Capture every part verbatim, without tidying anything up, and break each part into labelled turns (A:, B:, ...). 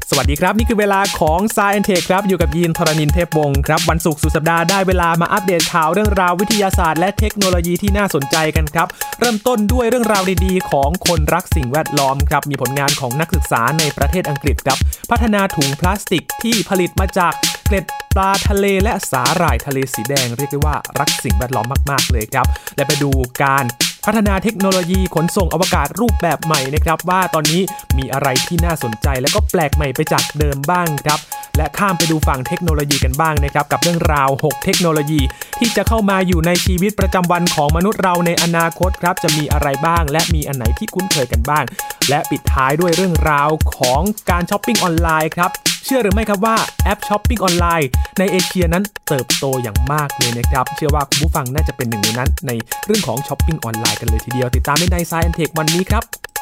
A: สวัสดีครับนี่คือเวลาของ Science Tech ครับอยู่กับยีนธรณินทร์เทพวงศ์ครับวันศุกร์สุดสัปดาห์ได้เวลามาอัปเดตข่าวเรื่องราววิทยาศาสตร์และเทคโนโลยีที่น่าสนใจกันครับเริ่มต้นด้วยเรื่องราวดีๆของคนรักสิ่งแวดล้อมครับมีผลงานของนักศึกษาในประเทศอังกฤษครับพัฒนาถุงพลาสติกที่ผลิตมาจากเกล็ดปลาทะเลและสาหร่ายทะเลสีแดงเรียกได้ว่ารักสิ่งแวดล้อมมากๆเลยครับและไปดูการพัฒนาเทคโนโลยีขนส่งอวกาศรูปแบบใหม่นะครับว่าตอนนี้มีอะไรที่น่าสนใจและก็แปลกใหม่ไปจากเดิมบ้างครับและข้ามไปดูฝั่งเทคโนโลยีกันบ้างนะครับกับเรื่องราวหกเทคโนโลยีที่จะเข้ามาอยู่ในชีวิตประจำวันของมนุษย์เราในอนาคตครับจะมีอะไรบ้างและมีอันไหนที่คุ้นเคยกันบ้างและปิดท้ายด้วยเรื่องราวของการช้อปปิ้งออนไลน์ครับเชื่อหรือไม่ครับว่าแอปช้อปปิ้งออนไลน์ในเอเชียนั้นเติบโตอย่างมากเลยนะครับเชื่อว่าคุณผู้ฟังน่าจะเป็นหนึ่งในนั้นในเรื่องของช้อปปิ้งออนไลน์กันเลยทีเดียวติดตามได้ใน Science Tech วันนี้ครับ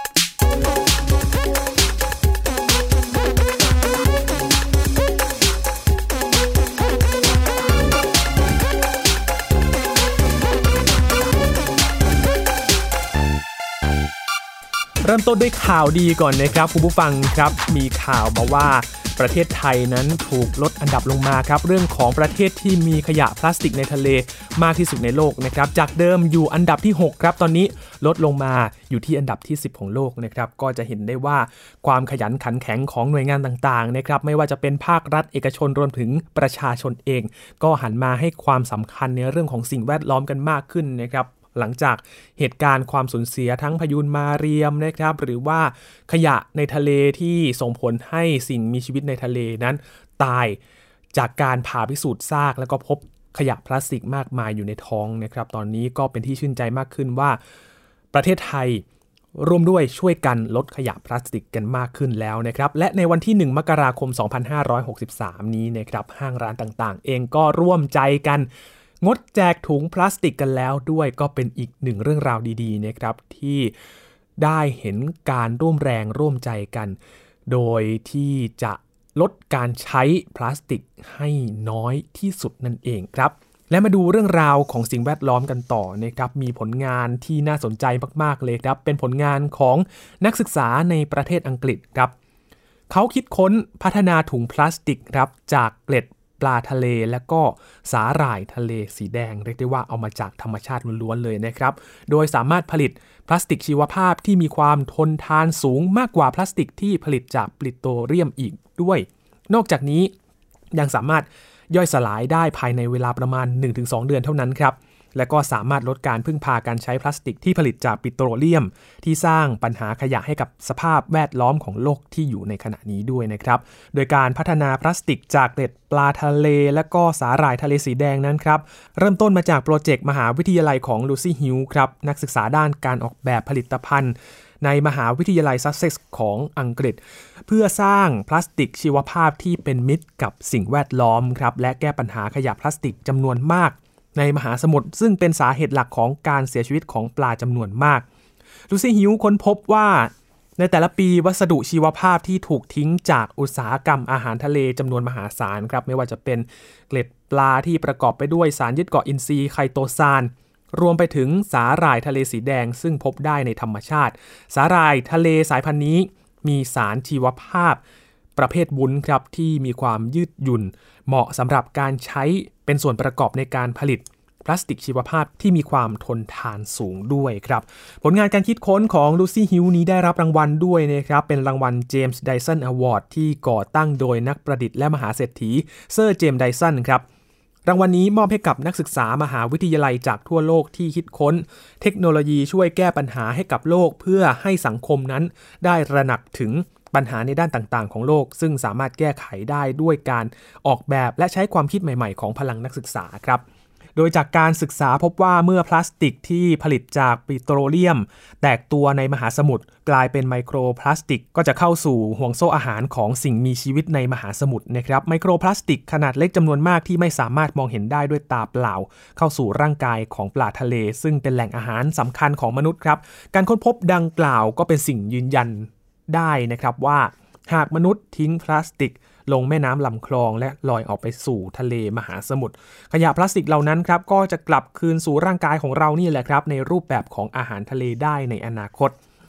A: เริ่มต้นด้วยข่าวดีก่อนนะครับคุณผู้ฟังครับมีข่าวมาว่าประเทศไทยนั้นถูกลดอันดับลงมาครับเรื่องของประเทศที่มีขยะพลาสติกในทะเลมากที่สุดในโลกนะครับจากเดิมอยู่อันดับที่หกครับตอนนี้ลดลงมาอยู่ที่อันดับที่สิบของโลกนะครับก็จะเห็นได้ว่าความขยันขันแข็งของหน่วยงานต่างๆนะครับไม่ว่าจะเป็นภาครัฐเอกชนรวมถึงประชาชนเองก็หันมาให้ความสำคัญในเรื่องของสิ่งแวดล้อมกันมากขึ้นนะครับหลังจากเหตุการณ์ความสูญเสียทั้งพายุมาเรียมนะครับหรือว่าขยะในทะเลที่ส่งผลให้สิ่งมีชีวิตในทะเลนั้นตายจากการผ่าพิสูจน์ซากแล้วก็พบขยะพลาสติกมากมายอยู่ในท้องนะครับตอนนี้ก็เป็นที่ชื่นใจมากขึ้นว่าประเทศไทยร่วมด้วยช่วยกันลดขยะพลาสติกกันมากขึ้นแล้วนะครับและในวันที่หนึ่งมกราคมสองพันห้าร้อยหกสิบสามนี้นะครับห้างร้านต่างๆเองก็ร่วมใจกันงดแจกถุงพลาสติกกันแล้วด้วยก็เป็นอีกหนึ่งเรื่องราวดีๆนะครับที่ได้เห็นการร่วมแรงร่วมใจกันโดยที่จะลดการใช้พลาสติกให้น้อยที่สุดนั่นเองครับและมาดูเรื่องราวของสิ่งแวดล้อมกันต่อนะครับมีผลงานที่น่าสนใจมากๆเลยครับเป็นผลงานของนักศึกษาในประเทศอังกฤษครับเขาคิดค้นพัฒนาถุงพลาสติกครับจากเกล็ดปลาทะเลและก็สาหร่ายทะเลสีแดงเรียกได้ว่าเอามาจากธรรมชาติล้วนๆเลยนะครับโดยสามารถผลิตพลาสติกชีวภาพที่มีความทนทานสูงมากกว่าพลาสติกที่ผลิตจากปิโตรเลียมอีกด้วยนอกจากนี้ยังสามารถย่อยสลายได้ภายในเวลาประมาณ หนึ่งถึงสอง เดือนเท่านั้นครับและก็สามารถลดการพึ่งพาการใช้พลาสติกที่ผลิตจากปิโตรเลียมที่สร้างปัญหาขยะให้กับสภาพแวดล้อมของโลกที่อยู่ในขณะนี้ด้วยนะครับโดยการพัฒนาพลาสติกจากเกล็ดปลาทะเลและก็สาหร่ายทะเลสีแดงนั้นครับเริ่มต้นมาจากโปรเจกต์มหาวิทยาลัยของลูซี่ฮิลครับนักศึกษาด้านการออกแบบผลิตภัณฑ์ในมหาวิทยาลัยซัสเซ็กซ์ของอังกฤษเพื่อสร้างพลาสติกชีวภาพที่เป็นมิตรกับสิ่งแวดล้อมครับและแก้ปัญหาขยะพลาสติกจำนวนมากในมหาสมุทรซึ่งเป็นสาเหตุหลักของการเสียชีวิตของปลาจำนวนมากลูซี่ฮิลค้นพบว่าในแต่ละปีวัสดุชีวภาพที่ถูกทิ้งจากอุตสาหกรรมอาหารทะเลจำนวนมหาศาลครับไม่ว่าจะเป็นเกล็ดปลาที่ประกอบไปด้วยสารยึดเกาะอินทรีย์ไคโตซานรวมไปถึงสาหร่ายทะเลสีแดงซึ่งพบได้ในธรรมชาติสาหร่ายทะเลสายพันธุ์นี้มีสารชีวภาพประเภทวุ้นครับที่มีความยืดหยุ่นเหมาะสำหรับการใช้เป็นส่วนประกอบในการผลิตพลาสติกชีวภาพที่มีความทนทานสูงด้วยครับผลงานการคิดค้นของลูซี่ฮิลนี้ได้รับรางวัลด้วยนะครับเป็นรางวัล James Dyson Award ที่ก่อตั้งโดยนักประดิษฐ์และมหาเศรษฐีเซอร์เจมส์ไดสันครับรางวัลนี้มอบให้กับนักศึกษามหาวิทยาลัยจากทั่วโลกที่คิดค้นเทคโนโลยีช่วยแก้ปัญหาให้กับโลกเพื่อให้สังคมนั้นได้ตระหนักถึงปัญหาในด้านต่างๆของโลกซึ่งสามารถแก้ไขได้ด้วยการออกแบบและใช้ความคิดใหม่ๆของพลังนักศึกษาครับโดยจากการศึกษาพบว่าเมื่อพลาสติกที่ผลิตจากปิโตรเลียมแตกตัวในมหาสมุทรกลายเป็นไมโครพลาสติกก็จะเข้าสู่ห่วงโซ่อาหารของสิ่งมีชีวิตในมหาสมุทรนะครับไมโครพลาสติกขนาดเล็กจำนวนมากที่ไม่สามารถมองเห็นได้ด้วยตาเปล่าเข้าสู่ร่างกายของปลาทะเลซึ่งเป็นแหล่งอาหารสำคัญของมนุษย์ครับการค้นพบดังกล่าวก็เป็นสิ่งยืนยันได้นะครับว่าหากมนุษย์ทิ้งพลาสติกลงแม่น้ำลำคลองและลอยออกไปสู่ทะเลมหาสมุทรขยะพลาสติกเหล่านั้นครับก็จะกลับคืนสู่ร่างกายของเรานี่แหละครับในรูปแบบของอาหารทะเลได้ในอนาคต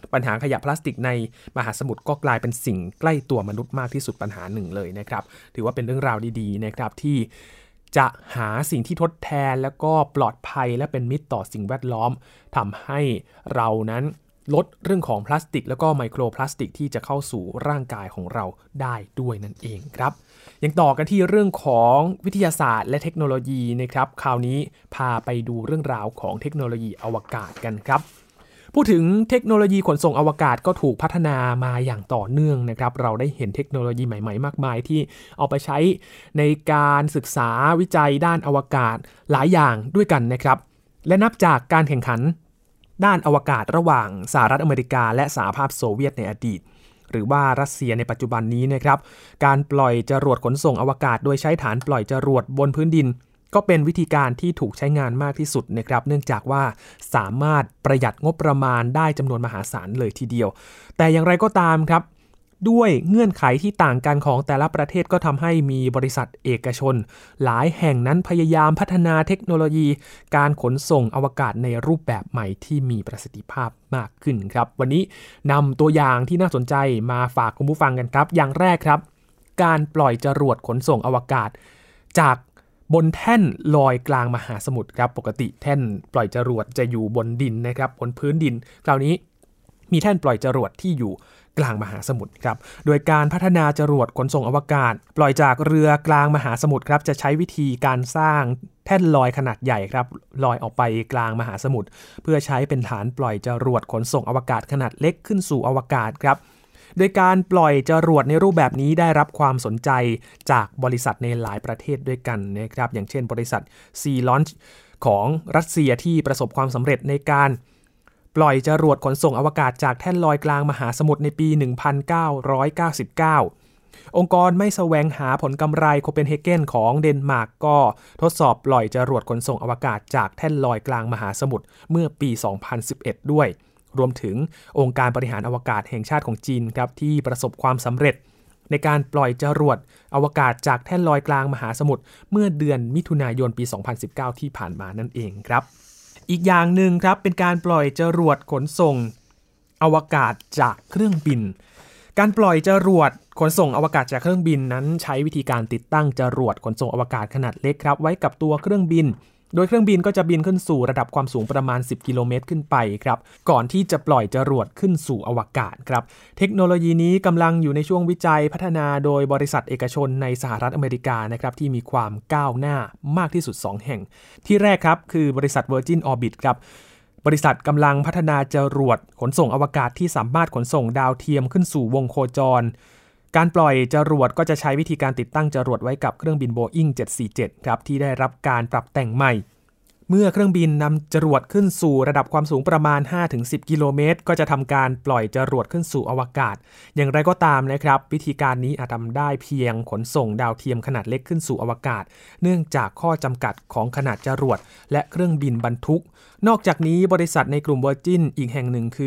A: ปัญหาขยะพลาสติกในมหาสมุทรก็กลายเป็นสิ่งใกล้ตัวมนุษย์มากที่สุดปัญหาหนึ่งเลยนะครับถือว่าเป็นเรื่องราวดีๆนะครับที่จะหาสิ่งที่ทดแทนแล้วก็ปลอดภัยและเป็นมิตรต่อสิ่งแวดล้อมทำให้เรานั้นลดเรื่องของพลาสติกแล้วก็ไมโครพลาสติกที่จะเข้าสู่ร่างกายของเราได้ด้วยนั่นเองครับยังต่อกันที่เรื่องของวิทยาศาสตร์และเทคโนโลยีนะครับคราวนี้พาไปดูเรื่องราวของเทคโนโลยีอวกาศกันครับพูดถึงเทคโนโลยีขนส่งอวกาศก็ถูกพัฒนามาอย่างต่อเนื่องนะครับเราได้เห็นเทคโนโลยีใหม่ๆมากมายที่เอาไปใช้ในการศึกษาวิจัยด้านอวกาศหลายอย่างด้วยกันนะครับและนับจากการแข่งขันด้านอวกาศระหว่างสหรัฐอเมริกาและสหภาพโซเวียตในอดีตหรือว่ารัสเซียในปัจจุบันนี้นะครับการปล่อยจรวดขนส่งอวกาศโดยใช้ฐานปล่อยจรวดบนพื้นดินก็เป็นวิธีการที่ถูกใช้งานมากที่สุดนะครับเนื่องจากว่าสามารถประหยัดงบประมาณได้จำนวนมหาศาลเลยทีเดียวแต่อย่างไรก็ตามครับด้วยเงื่อนไขที่ต่างกันของแต่ละประเทศก็ทำให้มีบริษัทเอกชนหลายแห่งนั้นพยายามพัฒนาเทคโนโลยีการขนส่งอวกาศในรูปแบบใหม่ที่มีประสิทธิภาพมากขึ้นครับวันนี้นำตัวอย่างที่น่าสนใจมาฝากคุณผู้ฟังกันครับอย่างแรกครับการปล่อยจรวดขนส่งอวกาศจากบนแท่นลอยกลางมหาสมุทรครับปกติแท่นปล่อยจรวดจะอยู่บนดินนะครับบนพื้นดินคราวนี้มีแท่นปล่อยจรวดที่อยู่กลางมหาสมุทรครับโดยการพัฒนาจรวดขนส่งอวกาศปล่อยจากเรือกลางมหาสมุทรครับจะใช้วิธีการสร้างแท่นลอยขนาดใหญ่ครับลอยออกไปกลางมหาสมุทรเพื่อใช้เป็นฐานปล่อยจรวดขนส่งอวกาศขนาดเล็กขึ้นสู่อวกาศครับโดยการปล่อยจรวดในรูปแบบนี้ได้รับความสนใจจากบริษัทในหลายประเทศด้วยกันนะครับอย่างเช่นบริษัท Sea Launch ของรัสเซียที่ประสบความสำเร็จในการปล่อยจรวดขนส่งอวกาศจากแท่นลอยกลางมหาสมุทรในปี หนึ่งพันเก้าร้อยเก้าสิบเก้า องค์กรไม่แสวงหาผลกำไรโคเปนเฮเกนของเดนมาร์กก็ทดสอบปล่อยจรวดขนส่งอวกาศจากแท่นลอยกลางมหาสมุทรเมื่อปี สองพันสิบเอ็ด ด้วยรวมถึงองค์การบริหารอวกาศแห่งชาติของจีนครับที่ประสบความสำเร็จในการปล่อยจรวดอวกาศจากแท่นลอยกลางมหาสมุทรเมื่อเดือนมิถุนายนปี สองพันสิบเก้า ที่ผ่านมานั่นเองครับอีกอย่างหนึ่งครับเป็นการปล่อยจรวดขนส่งอวกาศจากเครื่องบินการปล่อยจรวดขนส่งอวกาศจากเครื่องบินนั้นใช้วิธีการติดตั้งจรวดขนส่งอวกาศขนาดเล็กครับไว้กับตัวเครื่องบินโดยเครื่องบินก็จะบินขึ้นสู่ระดับความสูงประมาณสิบกิโลเมตรขึ้นไปครับก่อนที่จะปล่อยจรวดขึ้นสู่อวกาศครับเทคโนโลยีนี้กำลังอยู่ในช่วงวิจัยพัฒนาโดยบริษัทเอกชนในสหรัฐอเมริกานะครับที่มีความก้าวหน้ามากที่สุดสองแห่งที่แรกครับคือบริษัท Virgin Orbit ครับบริษัทกำลังพัฒนาจรวดขนส่งอวกาศที่สามารถขนส่งดาวเทียมขึ้นสู่วงโคจรการปล่อยจรวดก็จะใช้วิธีการติดตั้งจรวดไว้กับเครื่องบิน Boeing เจ็ดสี่เจ็ดครับที่ได้รับการปรับแต่งใหม่เมื่อเครื่องบินนำจรวดขึ้นสู่ระดับความสูงประมาณ ห้าถึงสิบ กิโลเมตรก็จะทำการปล่อยจรวดขึ้นสู่อวกาศอย่างไรก็ตามนะครับวิธีการนี้อาจทำได้เพียงขนส่งดาวเทียมขนาดเล็กขึ้นสู่อวกาศเนื่องจากข้อจำกัดของขนาดจรวดและเครื่องบินบรรทุกนอกจากนี้บริษัทในกลุ่ม Virgin อีกแห่งหนึ่งคือ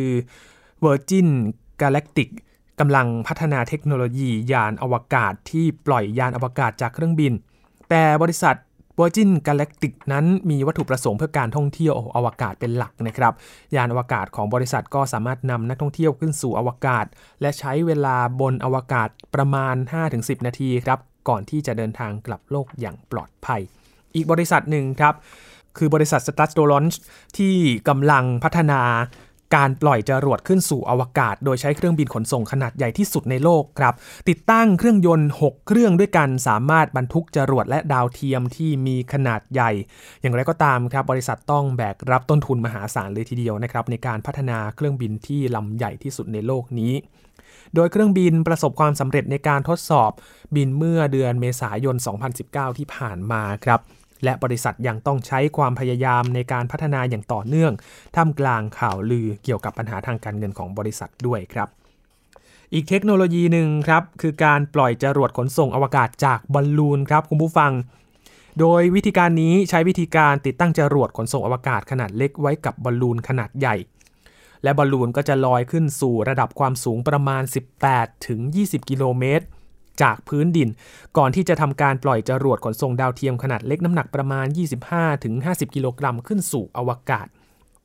A: Virgin Galactic กำลังพัฒนาเทคโนโลยียานอวกาศที่ปล่อยยานอวกาศจากเครื่องบินแต่บริษัทVirgin Galactic นั้นมีวัตถุประสงค์เพื่อการท่องเที่ยวอวกาศเป็นหลักนะครับยานอวกาศของบริษัทก็สามารถนำนักท่องเที่ยวขึ้นสู่อวกาศและใช้เวลาบนอวกาศประมาณ ห้าถึงสิบ นาทีครับก่อนที่จะเดินทางกลับโลกอย่างปลอดภัยอีกบริษัทหนึ่งครับคือบริษัท Stratto Launch ที่กำลังพัฒนาการปล่อยจรวดขึ้นสู่อวกาศโดยใช้เครื่องบินขนส่งขนาดใหญ่ที่สุดในโลกครับติดตั้งเครื่องยนต์หกเครื่องด้วยกันสามารถบรรทุกจรวดและดาวเทียมที่มีขนาดใหญ่อย่างไรก็ตามครับบริษัทต้องแบกรับต้นทุนมหาศาลเลยทีเดียวนะครับในการพัฒนาเครื่องบินที่ลำใหญ่ที่สุดในโลกนี้โดยเครื่องบินประสบความสำเร็จในการทดสอบบินเมื่อเดือนเมษายนสองพันสิบเก้าที่ผ่านมาครับและบริษัทยังต้องใช้ความพยายามในการพัฒนาอย่างต่อเนื่องท่ามกลางข่าวลือเกี่ยวกับปัญหาทางการเงินของบริษัทด้วยครับอีกเทคโนโลยีหนึ่งครับคือการปล่อยจรวดขนส่งอวกาศจากบอลลูนครับคุณผู้ฟังโดยวิธีการนี้ใช้วิธีการติดตั้งจรวดขนส่งอวกาศขนาดเล็กไว้กับบอลลูนขนาดใหญ่และบอลลูนก็จะลอยขึ้นสู่ระดับความสูงประมาณ สิบแปดถึงยี่สิบ กิโลเมตรจากพื้นดินก่อนที่จะทำการปล่อยจรวดขนส่งดาวเทียมขนาดเล็กน้ำหนักประมาณ ยี่สิบห้าถึงห้าสิบ กิโลกรัมขึ้นสู่อวกาศ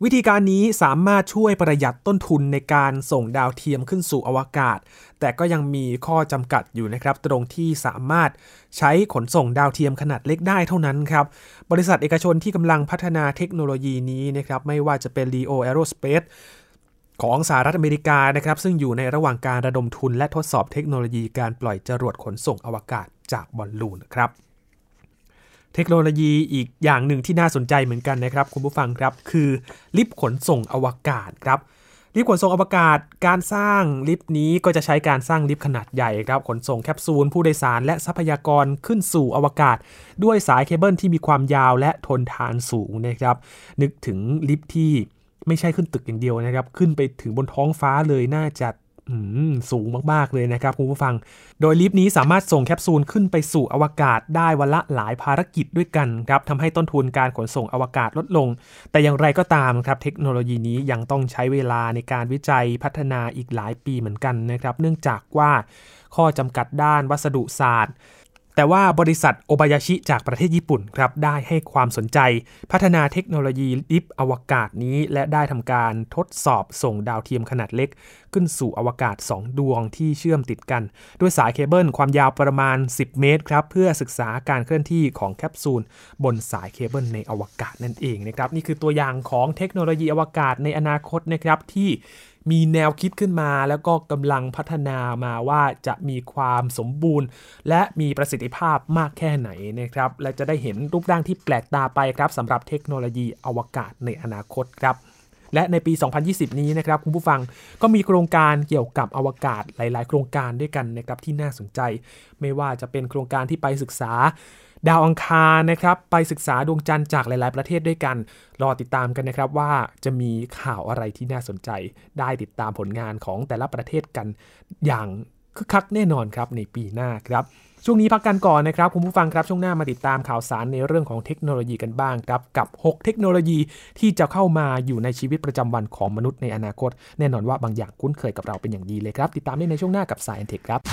A: วิธีการนี้สามารถช่วยประหยัดต้นทุนในการส่งดาวเทียมขึ้นสู่อวกาศแต่ก็ยังมีข้อจำกัดอยู่นะครับตรงที่สามารถใช้ขนส่งดาวเทียมขนาดเล็กได้เท่านั้นครับบริษัทเอกชนที่กำลังพัฒนาเทคโนโลยีนี้นะครับไม่ว่าจะเป็น Leo Aerospace ของสหรัฐอเมริกานะครับซึ่งอยู่ในระหว่างการระดมทุนและทดสอบเทคโนโลยีการปล่อยจรวดขนส่งอวกาศจากบอลลูนครับเทคโนโลยีอีกอย่างหนึ่งที่น่าสนใจเหมือนกันนะครับคุณผู้ฟังครับคือลิฟต์ขนส่งอวกาศครับลิฟต์ขนส่งอวกาศการสร้างลิฟต์นี้ก็จะใช้การสร้างลิฟต์ขนาดใหญ่ครับขนส่งแคปซูลผู้โดยสารและทรัพยากรขึ้นสู่อวกาศด้วยสายเคเบิลที่มีความยาวและทนทานสูงนะครับนึกถึงลิฟต์ที่ไม่ใช่ขึ้นตึกอย่างเดียวนะครับขึ้นไปถึงบนท้องฟ้าเลยน่าจะสูงมากๆเลยนะครับคุณผู้ฟังโดยลิฟต์นี้สามารถส่งแคปซูลขึ้นไปสู่อวกาศได้วันละหลายภารกิจด้วยกันครับทำให้ต้นทุนการขนส่งอวกาศลดลงแต่อย่างไรก็ตามครับเทคโนโลยีนี้ยังต้องใช้เวลาในการวิจัยพัฒนาอีกหลายปีเหมือนกันนะครับเนื่องจากว่าข้อจำกัดด้านวัสดุศาสตร์แต่ว่าบริษัทโอบายาชิจากประเทศญี่ปุ่นครับได้ให้ความสนใจพัฒนาเทคโนโลยีลิฟต์อวกาศนี้และได้ทำการทดสอบส่งดาวเทียมขนาดเล็กขึ้นสู่อวกาศสองดวงที่เชื่อมติดกันด้วยสายเคเบิลความยาวประมาณสิบเมตรครับเพื่อศึกษาการเคลื่อนที่ของแคปซูลบนสายเคเบิลในอวกาศนั่นเองนะครับนี่คือตัวอย่างของเทคโนโลยีอวกาศในอนาคตนะครับที่มีแนวคิดขึ้นมาแล้วก็กำลังพัฒนามาว่าจะมีความสมบูรณ์และมีประสิทธิภาพมากแค่ไหนนะครับและจะได้เห็นรูปร่างที่แปลกตาไปครับสำหรับเทคโนโลยีอวกาศในอนาคตครับและในปีสองพันยี่สิบนี้นะครับคุณผู้ฟังก็มีโครงการเกี่ยวกับอวกาศหลายๆโครงการด้วยกันนะครับที่น่าสนใจไม่ว่าจะเป็นโครงการที่ไปศึกษาดาวอังคารนะครับไปศึกษาดวงจันทร์จากหลายๆประเทศด้วยกันรอติดตามกันนะครับว่าจะมีข่าวอะไรที่น่าสนใจได้ติดตามผลงานของแต่ละประเทศกันอย่างคึกคักแน่นอนครับในปีหน้าครับช่วงนี้พักกันก่อนนะครับคุณผู้ฟังครับช่วงหน้ามาติดตามข่าวสารในเรื่องของเทคโนโลยีกันบ้างครับกับหกเทคโนโลยีที่จะเข้ามาอยู่ในชีวิตประจำวันของมนุษย์ในอนาคตแน่นอนว่าบางอย่างคุ้นเคยกับเราเป็นอย่างดีเลยครับติดตามได้ในช่วงหน้ากับ Science Tech ครับ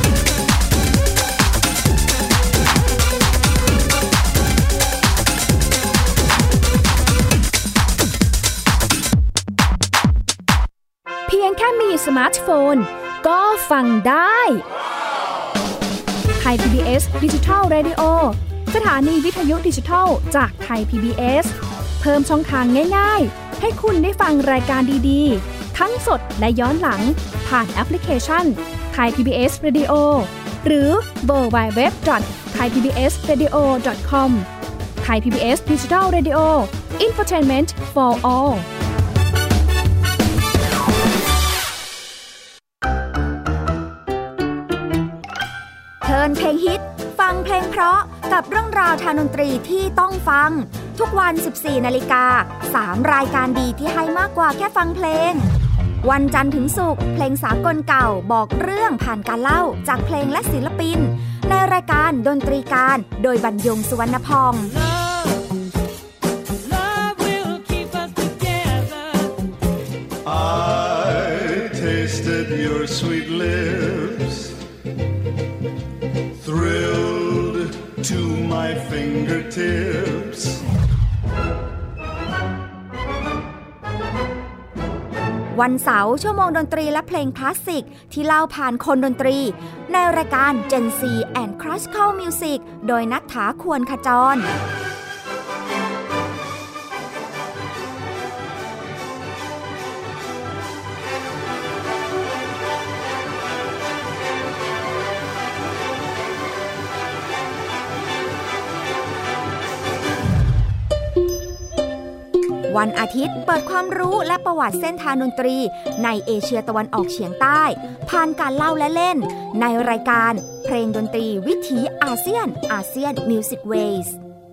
B: เพียงแค่มีสมาร์ทโฟนก็ฟังได้ไทย พี บี เอส Digital Radio สถานีวิทยุดิจิทัลจากไทย พี บี เอส เพิ่มช่องทางง่ายๆให้คุณได้ฟังรายการดีๆทั้งสดและย้อนหลังผ่านแอปพลิเคชัน Thai พี บี เอส Radio หรือ ดับเบิลยู ดับเบิลยู ดับเบิลยู ดอท ไทยพีบีเอสเรดิโอ ดอท คอม Thai พี บี เอส Digital Radio Infotainment for allเทิร์นเพลงฮิตฟังเพลงเพราะกับเรื่องราวทางดนตรีที่ต้องฟังทุกวัน สิบสี่นาฬิกา สามรายการดีที่ให้มากกว่าแค่ฟังเพลงวันจันทร์ถึงศุกร์เพลงสากลเก่าบอกเรื่องผ่านการเล่าจากเพลงและศิลปินในรายการดนตรีการโดยบรรยงสุวรรณพอง
C: Your sweet lips thrilled to my fingertips
B: วันเสาร์ชั่วโมงดนตรีและเพลงคลาสสิกที่เล่าผ่านคนดนตรีในรายการ Gen ซี and Classical Music โดยณัฐฐา ควรขจรวันอาทิตย์เปิดความรู้และประวัติเส้นทางดนตรีในเอเชียตะวันออกเฉียงใต้ผ่านการเล่าและเล่นในรายการเพลงดนตรีวิถีอาเซียนอาเซียนมิวสิกเวย์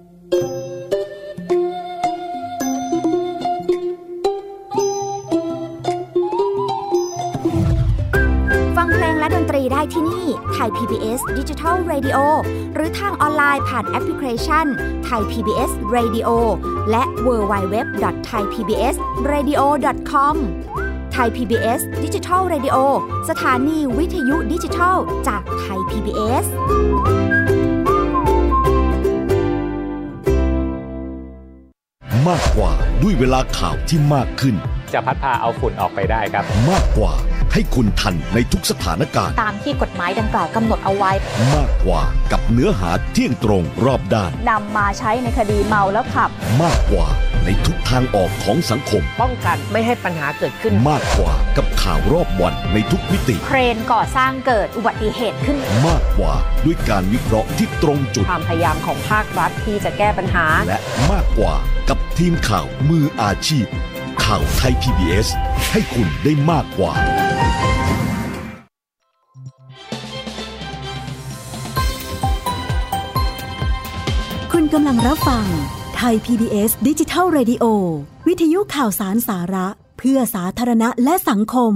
B: และดนตรีได้ที่นี่ Thai พี บี เอส Digital Radio หรือทางออนไลน์ผ่านแอปพลิเคชัน Thai พี บี เอส Radio และ ดับเบิลยู ดับเบิลยู ดับเบิลยู ดอท ไทยพีบีเอสเรดิโอ ดอท คอม Thai พี บี เอส Digital Radio สถานีวิทยุดิจิทัลจาก Thai พี บี เอส
D: มมากกว่าด้วยเวลาข่าวที่มากขึ้น
E: จะพัดพาเอาฝุ่นออกไปได้ครับ
D: มากกว่าให้คุณทันในทุกสถานการณ์
F: ตามที่กฎหมายดังกล่าวกำหนดเอาไว้
D: มากกว่ากับเนื้อหาเที่ยงตรงรอบด้าน
F: นำมาใช้ในคดีเมาแล้วขับ
D: มากกว่าในทุกทางออกของสังคม
G: ป้องกันไม่ให้ปัญหาเกิดขึ้น
D: มากกว่ากับข่าวรอบวันในทุกมิติ
F: เครนก่อสร้างเกิดอุบัติเหตุขึ้น
D: มากกว่าด้วยการวิเคราะห์ที่ตรงจุด
G: ความพยายามของภาครัฐที่จะแก้ปัญหา
D: และมากกว่ากับทีมข่าวมืออาชีพข่าวไทย พี บี เอส ให้คุณได้มากกว่า
H: คุณกำลังรับฟังไทย พี บี เอส Digital Radio วิทยุข่าวสารสาระเพื่อสาธารณะและสังคม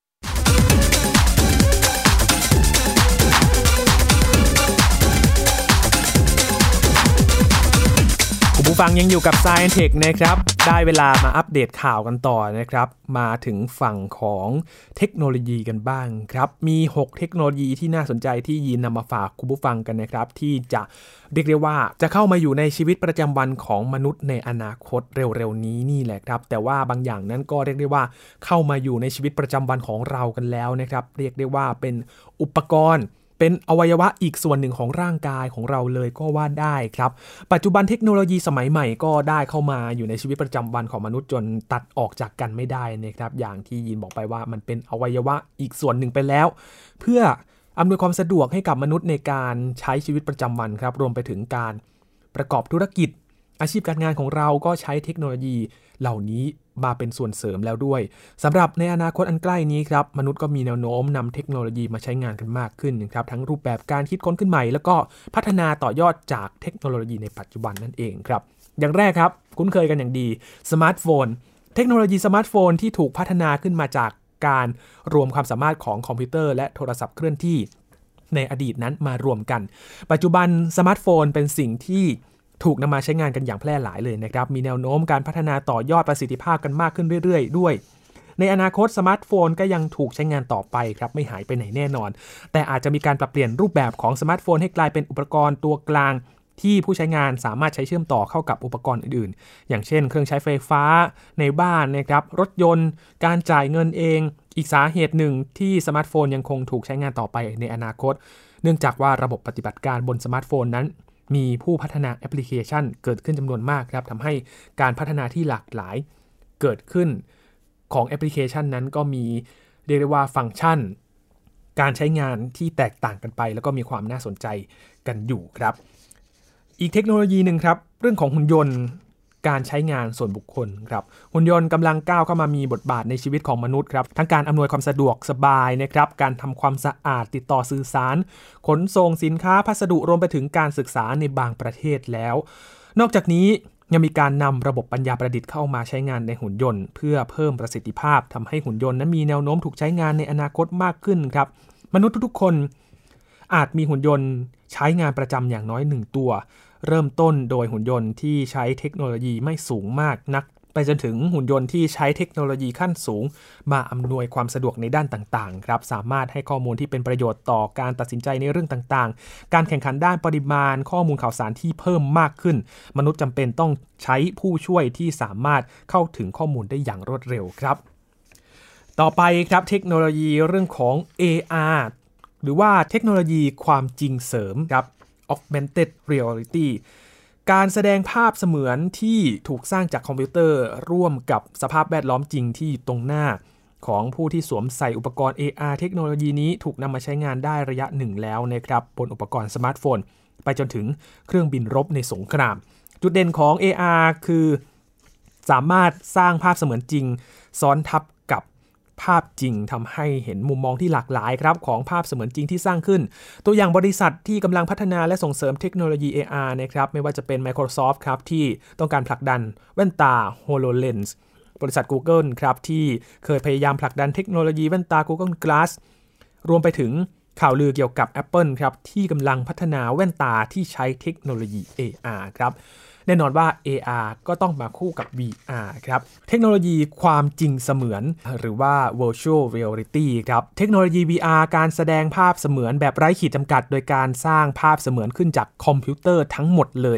A: คุณผู้ฟังยังอยู่กับ Science Tech นะครับได้เวลามาอัปเดตข่าวกันต่อนะครับมาถึงฝั่งของเทคโนโลยีกันบ้างครับมีหกเทคโนโลยีที่น่าสนใจที่ยีนนำมาฝากคุณผู้ฟังกันนะครับที่จะเรียกได้ว่าจะเข้ามาอยู่ในชีวิตประจำวันของมนุษย์ในอนาคตเร็วๆนี้นี่แหละครับแต่ว่าบางอย่างนั้นก็เรียกได้ว่าเข้ามาอยู่ในชีวิตประจำวันของเรากันแล้วนะครับเรียกได้ว่าเป็นอุปกรณ์เป็นอวัยวะอีกส่วนหนึ่งของร่างกายของเราเลยก็ว่าได้ครับปัจจุบันเทคโนโลยีสมัยใหม่ก็ได้เข้ามาอยู่ในชีวิตประจำวันของมนุษย์จนตัดออกจากกันไม่ได้นะครับอย่างที่ยินบอกไปว่ามันเป็นอวัยวะอีกส่วนหนึ่งไปแล้วเพื่ออำนวยความสะดวกให้กับมนุษย์ในการใช้ชีวิตประจำวันครับรวมไปถึงการประกอบธุรกิจอาชีพการงานของเราก็ใช้เทคโนโลยีเหล่านี้มาเป็นส่วนเสริมแล้วด้วยสำหรับในอนาคตอันใกล้นี้ครับมนุษย์ก็มีแนวโน้มนำเทคโนโลยีมาใช้งานกันมากขึ้นนะครับทั้งรูปแบบการคิดค้นขึ้นใหม่แล้วก็พัฒนาต่อยอดจากเทคโนโลยีในปัจจุบันนั่นเองครับอย่างแรกครับคุ้นเคยกันอย่างดีสมาร์ทโฟนเทคโนโลยีสมาร์ทโฟนที่ถูกพัฒนาขึ้นมาจากการรวมความสามารถของคอมพิวเตอร์และโทรศัพท์เคลื่อนที่ในอดีตนั้นมารวมกันปัจจุบันสมาร์ทโฟนเป็นสิ่งที่ถูกนำมาใช้งานกันอย่างแพร่หลายเลยนะครับมีแนวโน้มการพัฒนาต่อยอดประสิทธิภาพกันมากขึ้นเรื่อยๆด้วยในอนาคตสมาร์ทโฟนก็ยังถูกใช้งานต่อไปครับไม่หายไปไหนแน่นอนแต่อาจจะมีการปรับเปลี่ยนรูปแบบของสมาร์ทโฟนให้กลายเป็นอุปกรณ์ตัวกลางที่ผู้ใช้งานสามารถใช้เชื่อมต่อเข้ากับอุปกรณ์อื่นๆอย่างเช่นเครื่องใช้ไฟฟ้าในบ้านนะครับรถยนต์การจ่ายเงินเองอีกสาเหตุหนึ่งที่สมาร์ทโฟนยังคงถูกใช้งานต่อไปในอนาคตเนื่องจากว่าระบบปฏิบัติการบนสมาร์ทโฟนนั้นมีผู้พัฒนาแอปพลิเคชันเกิดขึ้นจำนวนมากครับทำให้การพัฒนาที่หลากหลายเกิดขึ้นของแอปพลิเคชันนั้นก็มีเรียกได้ว่าฟังก์ชันการใช้งานที่แตกต่างกันไปแล้วก็มีความน่าสนใจกันอยู่ครับอีกเทคโนโลยีหนึ่งครับเรื่องของหุ่นยนต์การใช้งานส่วนบุคคลครับหุ่นยนต์กำลังก้าวเข้ามามีบทบาทในชีวิตของมนุษย์ครับทั้งการอำนวยความสะดวกสบายนะครับการทำความสะอาดติดต่อสื่อสารขนส่งสินค้าพัสดุรวมไปถึงการศึกษาในบางประเทศแล้วนอกจากนี้ยังมีการนำระบบปัญญาประดิษฐ์เข้ามาใช้งานในหุ่นยนต์เพื่อเพิ่มประสิทธิภาพทำให้หุ่นยนต์นั้นมีแนวโน้มถูกใช้งานในอนาคตมากขึ้นครับมนุษย์ทุกๆคนอาจมีหุ่นยนต์ใช้งานประจำอย่างน้อยหนึ่งตัวเริ่มต้นโดยหุ่นยนต์ที่ใช้เทคโนโลยีไม่สูงมากนักไปจนถึงหุ่นยนต์ที่ใช้เทคโนโลยีขั้นสูงมาอำนวยความสะดวกในด้านต่างๆครับสามารถให้ข้อมูลที่เป็นประโยชน์ต่อการตัดสินใจในเรื่องต่างๆการแข่งขันด้านปริมาณข้อมูลข่าวสารที่เพิ่มมากขึ้นมนุษย์จำเป็นต้องใช้ผู้ช่วยที่สามารถเข้าถึงข้อมูลได้อย่างรวดเร็วครับต่อไปครับเทคโนโลยีเรื่องของ เอ อาร์ หรือว่าเทคโนโลยีความจริงเสริมครับAugmented Reality การแสดงภาพเสมือนที่ถูกสร้างจากคอมพิวเตอร์ร่วมกับสภาพแวดล้อมจริงที่ตรงหน้าของผู้ที่สวมใส่อุปกรณ์ เอ อาร์ เทคโนโลยีนี้ถูกนำมาใช้งานได้ระยะหนึ่งแล้วนะครับบนอุปกรณ์สมาร์ทโฟนไปจนถึงเครื่องบินรบในสงครามจุดเด่นของ เอ อาร์ คือสามารถสร้างภาพเสมือนจริงซ้อนทับกับภาพจริงทำให้เห็นมุมมองที่หลากหลายครับของภาพเสมือนจริงที่สร้างขึ้นตัวอย่างบริษัทที่กำลังพัฒนาและส่งเสริมเทคโนโลยี เอ อาร์ นะครับไม่ว่าจะเป็น Microsoft ครับที่ต้องการผลักดันแว่นตา HoloLens บริษัท Google ครับที่เคยพยายามผลักดันเทคโนโลยีแว่นตา Google Glass รวมไปถึงข่าวลือเกี่ยวกับ Apple ครับที่กำลังพัฒนาแว่นตาที่ใช้เทคโนโลยี เอ อาร์ ครับแน่นอนว่า เอ อาร์ ก็ต้องมาคู่กับ วี อาร์ ครับเทคโนโลยีความจริงเสมือนหรือว่า Virtual Reality ครับเทคโนโลยี วี อาร์ การแสดงภาพเสมือนแบบไร้ขีดจำกัดโดยการสร้างภาพเสมือนขึ้นจากคอมพิวเตอร์ทั้งหมดเลย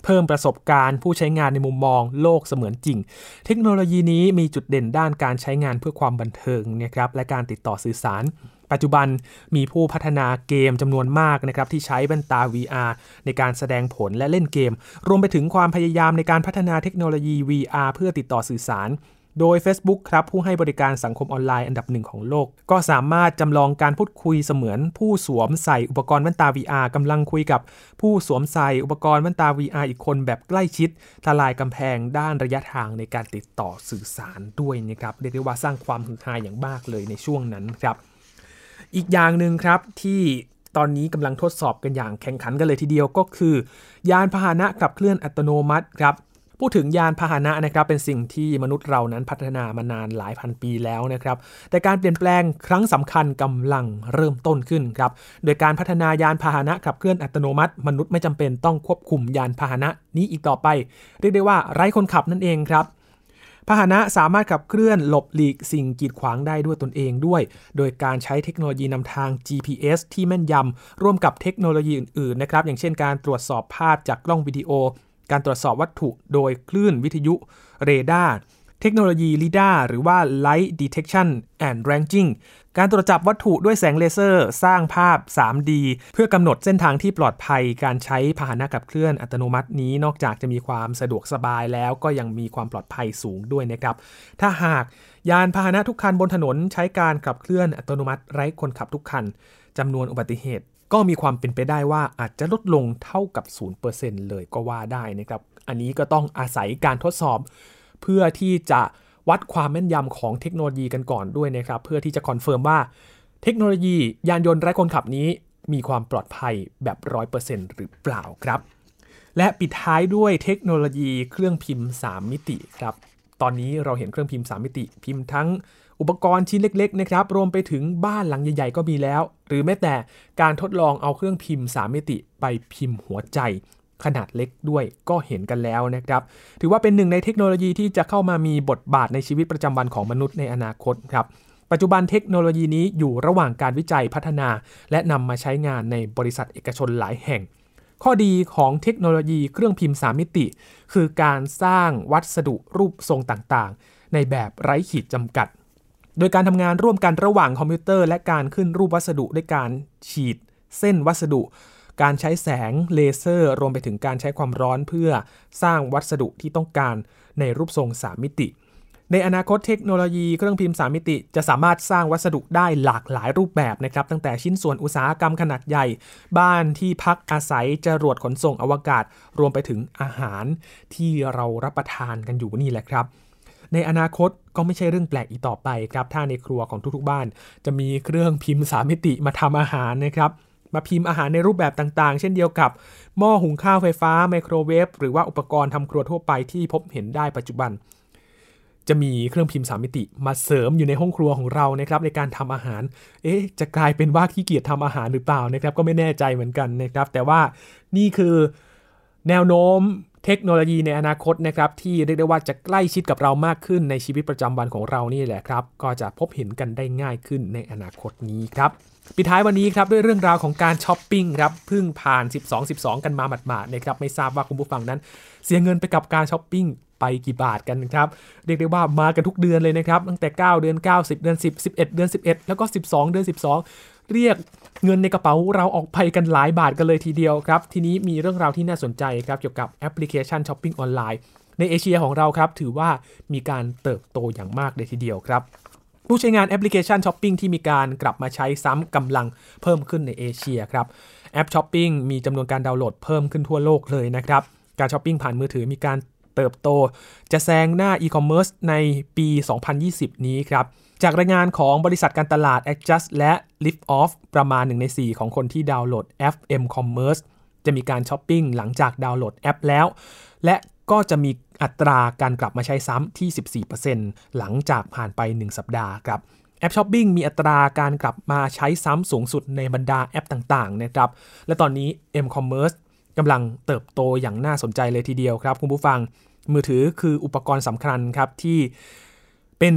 A: เพิ่มประสบการณ์ผู้ใช้งานในมุมมองโลกเสมือนจริงเทคโนโลยีนี้มีจุดเด่นด้านการใช้งานเพื่อความบันเทิงนะครับและการติดต่อสื่อสารปัจจุบันมีผู้พัฒนาเกมจำนวนมากนะครับที่ใช้แว่นตา วี อาร์ ในการแสดงผลและเล่นเกมรวมไปถึงความพยายามในการพัฒนาเทคโนโลยี วี อาร์ เพื่อติดต่อสื่อสารโดย Facebook ครับผู้ให้บริการสังคมออนไลน์อันดับหนึ่งของโลกก็สามารถจำลองการพูดคุยเสมือนผู้สวมใส่อุปกรณ์แว่นตา วี อาร์ กำลังคุยกับผู้สวมใส่อุปกรณ์แว่นตา วี อาร์ อีกคนแบบใกล้ชิดทลายกำแพงด้านระยะทางในการติดต่อสื่อสารด้วยนะครับเรียกได้ว่าสร้างความฮือฮาอย่างมากเลยในช่วงนั้นครับอีกอย่างหนึ่งครับที่ตอนนี้กำลังทดสอบกันอย่างแข่งขันกันเลยทีเดียวก็คือยานพาหนะขับเคลื่อนอัตโนมัติครับพูดถึงยานพาหนะนะครับเป็นสิ่งที่มนุษย์เรานั้นพัฒนามานานหลายพันปีแล้วนะครับแต่การเปลี่ยนแปลงครั้งสำคัญกำลังเริ่มต้นขึ้นครับโดยการพัฒนายานพาหนะขับเคลื่อนอัตโนมัติมนุษย์ไม่จำเป็นต้องควบคุมยานพาหนะนี้อีกต่อไปเรียกได้ว่าไร้คนขับนั่นเองครับพาหนะสามารถขับเคลื่อนหลบหลีกสิ่งกีดขวางได้ด้วยตนเองด้วยโดยการใช้เทคโนโลยีนำทาง จี พี เอส ที่แม่นยำร่วมกับเทคโนโลยีอื่นๆนะครับอย่างเช่นการตรวจสอบภาพจากกล้องวิดีโอการตรวจสอบวัตถุโดยคลื่นวิทยุเรดาร์เทคโนโลยี ลีดาร์ หรือว่า Light Detection and Ranging การตรวจจับวัตถุด้วยแสงเลเซอร์สร้างภาพ ทรี ดี เพื่อกำหนดเส้นทางที่ปลอดภัยการใช้พาหนะขับเคลื่อนอัตโนมัตินี้นอกจากจะมีความสะดวกสบายแล้วก็ยังมีความปลอดภัยสูงด้วยนะครับถ้าหากยานพาหนะทุกคันบนถนนใช้การขับเคลื่อนอัตโนมัติไร้คนขับทุกคันจำนวนอุบัติเหตุก็มีความเป็นไปได้ว่าอาจจะลดลงเท่ากับ ศูนย์เปอร์เซ็นต์ เลยก็ว่าได้นะครับอันนี้ก็ต้องอาศัยการทดสอบเพื่อที่จะวัดความแม่นยำของเทคโนโลยีกันก่อนด้วยนะครับเพื่อที่จะคอนเฟิร์มว่าเทคโนโลยียานยนต์ไร้คนขับนี้มีความปลอดภัยแบบ ร้อยเปอร์เซ็นต์ หรือเปล่าครับและปิดท้ายด้วยเทคโนโลยีเครื่องพิมพ์สามมิติครับตอนนี้เราเห็นเครื่องพิมพ์สามมิติพิมพ์ทั้งอุปกรณ์ชิ้นเล็กๆนะครับรวมไปถึงบ้านหลังใหญ่ๆก็มีแล้วหรือแม้แต่การทดลองเอาเครื่องพิมพ์สามมิติไปพิมพ์หัวใจขนาดเล็กด้วยก็เห็นกันแล้วนะครับถือว่าเป็นหนึ่งในเทคโนโลยีที่จะเข้ามามีบทบาทในชีวิตประจำวันของมนุษย์ในอนาคตครับปัจจุบันเทคโนโลยีนี้อยู่ระหว่างการวิจัยพัฒนาและนำมาใช้งานในบริษัทเอกชนหลายแห่งข้อดีของเทคโนโลยีเครื่องพิมพ์สามมิติคือการสร้างวัสดุรูปทรงต่างๆในแบบไร้ขีดจำกัดโดยการทำงานร่วมกันระหว่างคอมพิวเตอร์และการขึ้นรูปวัสดุด้วยการฉีดเส้นวัสดุการใช้แสงเลเซอร์รวมไปถึงการใช้ความร้อนเพื่อสร้างวัสดุที่ต้องการในรูปทรงสามมิติในอนาคตเทคโนโลยีเครื่องพิมพ์สามมิติจะสามารถสร้างวัสดุได้หลากหลายรูปแบบนะครับตั้งแต่ชิ้นส่วนอุตสาหกรรมขนาดใหญ่บ้านที่พักอาศัยจรวดขนส่งอวกาศรวมไปถึงอาหารที่เรารับประทานกันอยู่นี่แหละครับในอนาคตก็ไม่ใช่เรื่องแปลกอีกต่อไปครับถ้าในครัวของทุกๆบ้านจะมีเครื่องพิมพ์สามมิติมาทำอาหารนะครับมาพิมพ์อาหารในรูปแบบต่างๆเช่นเดียวกับหม้อหุงข้าวไฟฟ้าไมโครเวฟหรือว่าอุปกรณ์ทำครัวทั่วไปที่พบเห็นได้ปัจจุบันจะมีเครื่องพิมพ์สามมิติมาเสริมอยู่ในห้องครัวของเรานะครับในการทำอาหารเอ๊ะจะกลายเป็นว่าขี้เกียจทำอาหารหรือเปล่านะครับก็ไม่แน่ใจเหมือนกันนะครับแต่ว่านี่คือแนวโน้มเทคโนโลยีในอนาคตนะครับที่เรียกได้ว่าจะใกล้ชิดกับเรามากขึ้นในชีวิตประจำวันของเรานี่แหละครับก็จะพบเห็นกันได้ง่ายขึ้นในอนาคตนี้ครับปิดท้ายวันนี้ครับด้วยเรื่องราวของการช้อปปิ้งครับเพิ่งผ่านสิบสอง สิบสองกันมาหมาดๆนะครับไม่ทราบว่าคุณผู้ฟังนั้นเสียเงินไปกับการช้อปปิ้งไปกี่บาทกันครับเรียกได้ว่ามากันทุกเดือนเลยนะครับตั้งแต่เก้าเดือนเก้า สิบเดือนสิบ สิบเอ็ดเดือนสิบเอ็ดแล้วก็สิบสองเดือนสิบสองเรียกเงินในกระเป๋าเราออกไปกันหลายบาทกันเลยทีเดียวครับทีนี้มีเรื่องราวที่น่าสนใจครับเกี่ยวกับแอปพลิเคชันช้อปปิ้งออนไลน์ในเอเชียของเราครับถือว่ามีการเติบโตอย่างมากเลยทีเดียวครับผู้ใช้งานแอปพลิเคชันช้อปปิ้งที่มีการกลับมาใช้ซ้ำกำลังเพิ่มขึ้นในเอเชียครับแอปช้อปปิ้งมีจำนวนการดาวน์โหลดเพิ่มขึ้นทั่วโลกเลยนะครับการช้อปปิ้งผ่านมือถือมีการเติบโตจะแซงหน้าอีคอมเมิร์ซในปีสองพันยี่สิบนี้ครับจากรายงานของบริษัทการตลาด Adjust และ Liftoff ประมาณหนึ่งในสี่ของคนที่ดาวน์โหลดแอป M-Commerce จะมีการช้อปปิ้งหลังจากดาวน์โหลดแอปแล้วและก็จะมีอัตราการกลับมาใช้ซ้ำที่ สิบสี่เปอร์เซ็นต์ หลังจากผ่านไปหนึ่งสัปดาห์ครับแอปช้อปปิ้งมีอัตราการกลับมาใช้ซ้ำสูงสุดในบรรดาแอปต่างๆนะครับและตอนนี้ M-Commerce กำลังเติบโตอย่างน่าสนใจเลยทีเดียวครับคุณผู้ฟังมือถือคืออุปกรณ์สำคัญครับที่เป็น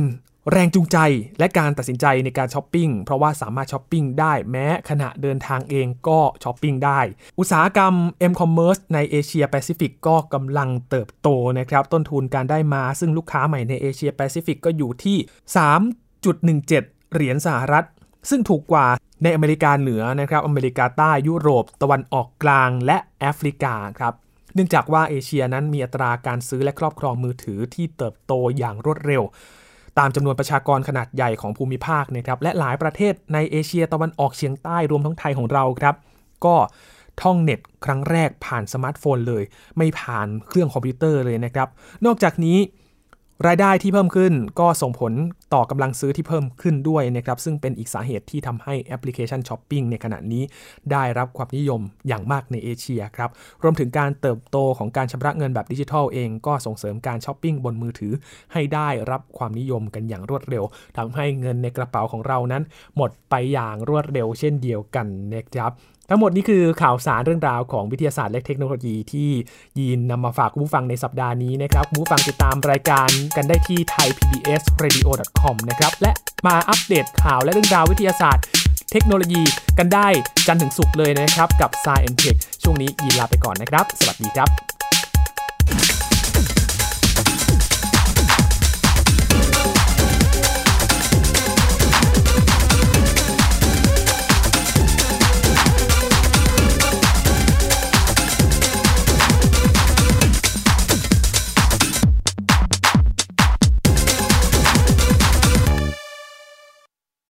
A: แรงจูงใจและการตัดสินใจในการช้อปปิ้งเพราะว่าสามารถช้อปปิ้งได้แม้ขณะเดินทางเองก็ช้อปปิ้งได้อุตสาหกรรม M-Commerce ในเอเชียแปซิฟิกก็กำลังเติบโตนะครับต้นทุนการได้มาซึ่งลูกค้าใหม่ในเอเชียแปซิฟิกก็อยู่ที่ สามจุดหนึ่งเจ็ด เหรียญสหรัฐซึ่งถูกกว่าในอเมริกาเหนือนะครับอเมริกาใต้ยุโรปตะวันออกกลางและแอฟริกาครับเนื่องจากว่าเอเชียนั้นมีอัตราการซื้อและครอบครองมือถือที่เติบโตอย่างรวดเร็วตามจำนวนประชากรขนาดใหญ่ของภูมิภาคนะครับและหลายประเทศในเอเชียตะวันออกเฉียงใต้รวมทั้งไทยของเราครับก็ท่องเน็ตครั้งแรกผ่านสมาร์ทโฟนเลยไม่ผ่านเครื่องคอมพิวเตอร์เลยนะครับนอกจากนี้รายได้ที่เพิ่มขึ้นก็ส่งผลต่อกำลังซื้อที่เพิ่มขึ้นด้วยนะครับซึ่งเป็นอีกสาเหตุที่ทำให้แอปพลิเคชันช้อปปิ้งในขณะนี้ได้รับความนิยมอย่างมากในเอเชียครับรวมถึงการเติบโตของการชำระเงินแบบดิจิทัลเองก็ส่งเสริมการช้อปปิ้งบนมือถือให้ได้รับความนิยมกันอย่างรวดเร็วทำให้เงินในกระเป๋าของเรานั้นหมดไปอย่างรวดเร็วเช่นเดียวกันนะครับทั้งหมดนี้คือข่าวสารเรื่องราวของวิทยาศาสตร์และเทคโนโลยีที่ยีนนำมาฝากคุณผู้ฟังในสัปดาห์นี้นะครับคุณผู้ฟังติดตามรายการกันได้ที่ ไทยพีบีเอสเรดิโอ ดอท คอม นะครับและมาอัปเดตข่าวและเรื่องราววิทยาศาสตร์เทคโนโลยีกันได้จันทร์ถึงศุกร์เลยนะครับกับ Science and Tech ช่วงนี้ยีนลาไปก่อนนะครับสวัสดีครับ